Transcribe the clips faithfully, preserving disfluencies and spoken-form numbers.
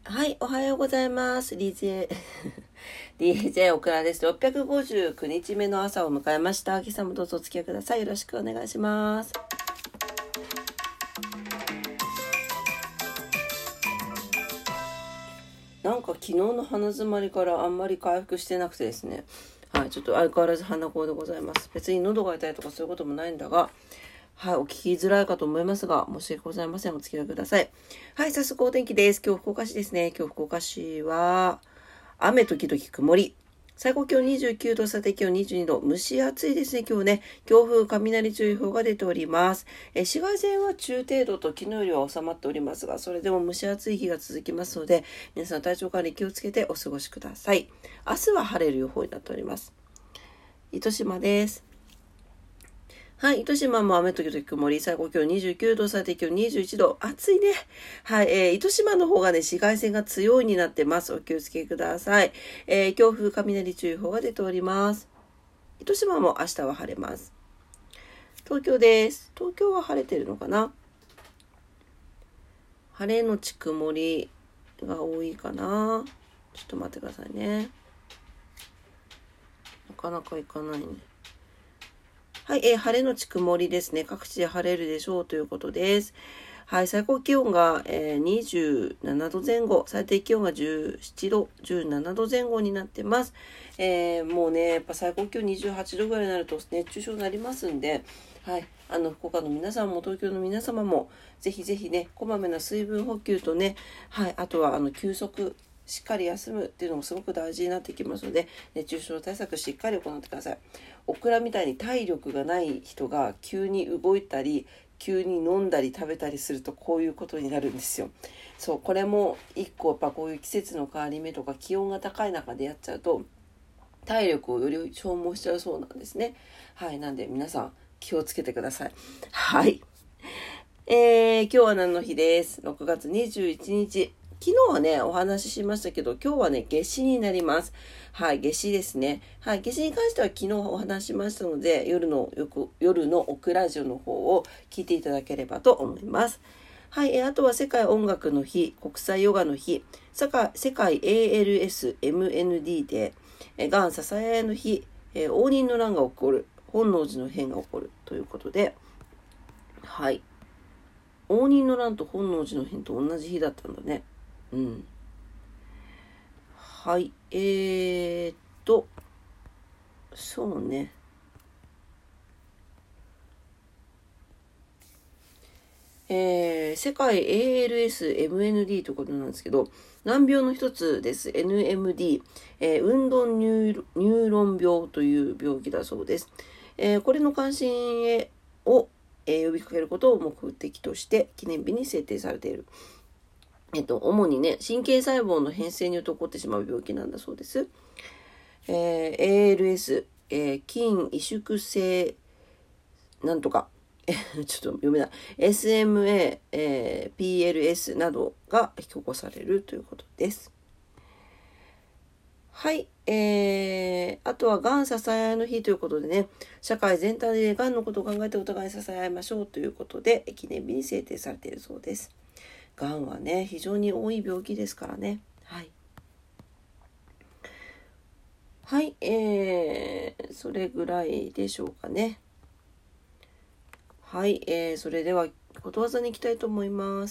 はい、おはようございます。ディージェー、ディージェー オクラです。ろっぴゃくごじゅうくにちめの朝を迎えました。今朝もどうぞお付き合いください。よろしくお願いします。なんか昨日の鼻づまりからあんまり回復してなくてですね。はい、ちょっと相変わらず鼻声でございます。別に喉が痛いとかそういうこともないんだが、はい、お聞きづらいかと思いますが、申し訳ございません。お付き合いください。はい、早速お天気です。今日福岡市ですね。今日福岡市は、雨時々曇り。最高気温にじゅうきゅうど、最低気温にじゅうにど。蒸し暑いですね、今日ね。強風、雷注意報が出ております。え紫外線は中程度と昨日よりは収まっておりますが、それでも蒸し暑い日が続きますので、皆さん体調管理気をつけてお過ごしください。明日は晴れる予報になっております。糸島です。はい、糸島も雨時々曇り、最高気温にじゅうきゅうど、最低気温にじゅういちど、暑いね。はい、えー、糸島の方がね、紫外線が強いになってます。お気をつけください。えー、強風、雷注意報が出ております。糸島も明日は晴れます。東京です。東京は晴れてるのかな？晴れのち曇りが多いかな。ちょっと待ってくださいね。なかなか行かないね。はい、えー、晴れのち曇りですね。各地で晴れるでしょうということです。はい、最高気温が、えー、にじゅうななどぜん後、最低気温がじゅうななど、じゅうななどぜん後になってます。えー、もうね、やっぱ最高気温にじゅうはちどぐらいになると熱中症になりますんで、はい、あの福岡の皆さんも東京の皆様もぜひぜひね、こまめな水分補給とね、はい、あとはあの休息、しっかり休むっていうのもすごく大事になってきますので、熱中症対策しっかり行ってください。オクラみたいに体力がない人が急に動いたり急に飲んだり食べたりするとこういうことになるんですよ。そう、これも一個やっぱこういう季節の変わり目とか気温が高い中でやっちゃうと体力をより消耗しちゃうそうなんですね。はい、なんで皆さん気をつけてください。はい。えー、今日は何の日です。ろくがつにじゅういちにち。昨日はね、お話ししましたけど、今日はね、夏至になります。はい、夏至ですね。はい、夏至に関しては昨日お話ししましたので、夜の、よく、夜のオクラジオの方を聞いていただければと思います。はい、あとは世界音楽の日、国際ヨガの日、世界 エーエルエスエムエヌディー デー、がん支えの日、応仁の乱が起こる、本能寺の変が起こるということで、はい。応仁の乱と本能寺の変と同じ日だったんだね。うん。はい。えー、っと、そうね。えー、世界 エーエルエスエムエヌディー ということなんですけど、難病の一つです。エヌエムディー、えー、運動ニューロン病という病気だそうです。えー、これの関心を、えー、呼びかけることを目的として記念日に制定されている。えっと、主にね、神経細胞の変性によって起こってしまう病気なんだそうです。えー、エーエルエス、えー、筋萎縮性なんとか、ちょっと読めない。エスエムエー、えー、ピーエルエス などが引き起こされるということです。はい。えー、あとは、がん支え合いの日ということでね、社会全体でがんのことを考えてお互い支え合いましょうということで、記念日に制定されているそうです。がんはね、非常に多い病気ですからね。はい。はい、えー、それぐらいでしょうかね。はい、えー、それではことわざに行きたいと思います。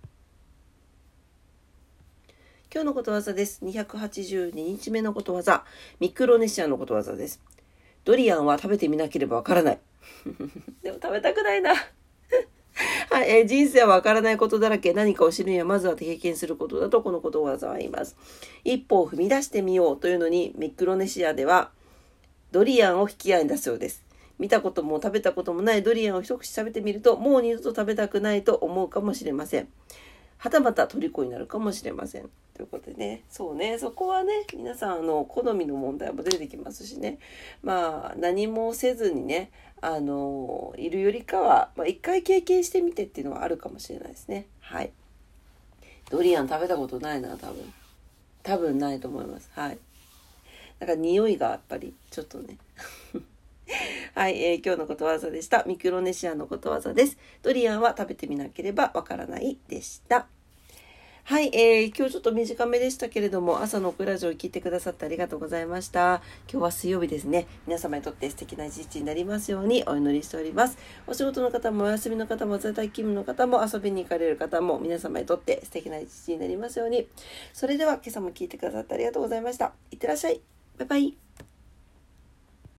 今日のことわざです。にひゃくはちじゅうににちめのことわざ。ミクロネシアのことわざです。ドリアンは食べてみなければわからない。でも食べたくないな。はい、えー、人生はわからないことだらけ。何かを知るにはまずは経験することだとこのことわざは言います。一歩を踏み出してみようというのにミクロネシアではドリアンを引き合いに出すようです。見たことも食べたこともないドリアンを一口食べてみるともう二度と食べたくないと思うかもしれません。はたまた虜になるかもしれません。ということでね、そうね、そこはね、皆さんあの好みの問題も出てきますしね、まあ何もせずにね、あのいるよりかは、まあ、一回経験してみてっていうのはあるかもしれないですね。はい。ドリアン食べたことないな、多分。多分ないと思います。はい。なんか匂いがやっぱりちょっとね。はい、えー、今日のことわざでした。ミクロネシアのことわざです。ドリアンは食べてみなければわからないでした。 はい、えー、今日ちょっと短めでしたけれども、朝のオクラジオを聞いてくださってありがとうございました。今日は水曜日ですね。皆様にとって素敵な一日になりますようにお祈りしております。お仕事の方もお休みの方も在宅勤務の方も遊びに行かれる方も皆様にとって素敵な一日になりますように。それでは今朝も聞いてくださってありがとうございました。いってらっしゃい。バイバイ。